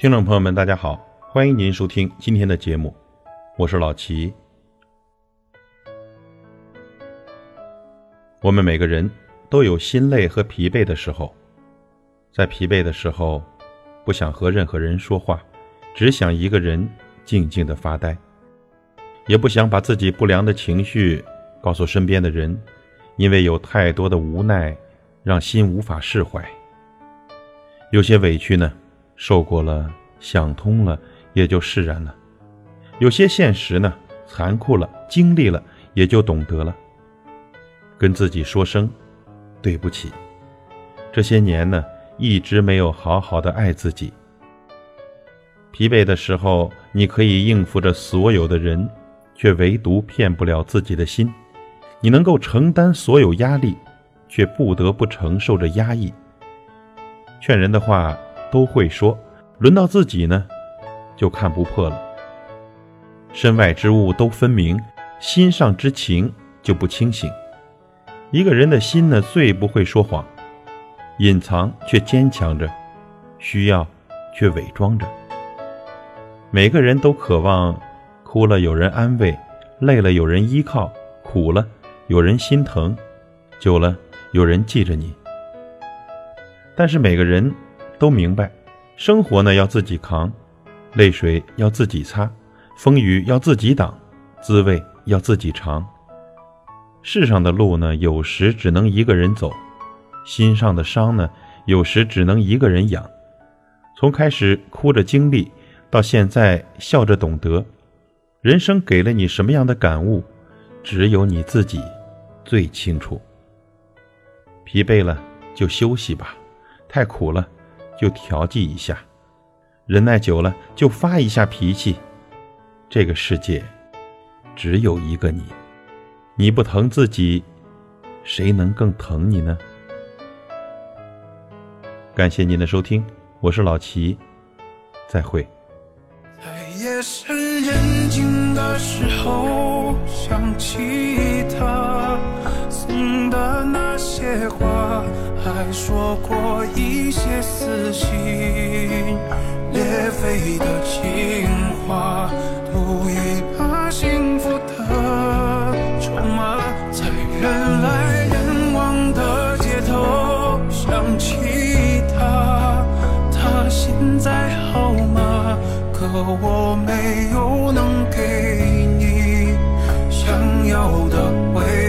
听众朋友们大家好，欢迎您收听今天的节目，我是老齐。我们每个人都有心累和疲惫的时候，在疲惫的时候不想和任何人说话，只想一个人静静地发呆，也不想把自己不良的情绪告诉身边的人，因为有太多的无奈让心无法释怀。有些委屈呢，受过了，想通了，也就释然了；有些现实呢，残酷了，经历了，也就懂得了。跟自己说声对不起，这些年呢，一直没有好好的爱自己。疲惫的时候，你可以应付着所有的人，却唯独骗不了自己的心。你能够承担所有压力，却不得不承受着压抑。劝人的话都会说，轮到自己呢，就看不破了。身外之物都分明，心上之情就不清醒。一个人的心呢，最不会说谎，隐藏却坚强着，需要却伪装着。每个人都渴望哭了有人安慰，累了有人依靠，苦了有人心疼，久了有人记着你。但是每个人都明白，生活呢要自己扛，泪水要自己擦，风雨要自己挡，滋味要自己尝。世上的路呢，有时只能一个人走，心上的伤呢，有时只能一个人养。从开始哭着经历，到现在笑着懂得，人生给了你什么样的感悟，只有你自己最清楚。疲惫了就休息吧，太苦了就调剂一下，忍耐久了就发一下脾气。这个世界只有一个你，你不疼自己，谁能更疼你呢？感谢您的收听，我是老齐，再会。 在夜深人静的时候，想起他送的那些话，还说过一些撕心裂肺的情话，都已把幸福的筹码，在人来人往的街头想起他，他现在好吗？可我没有能给你想要的回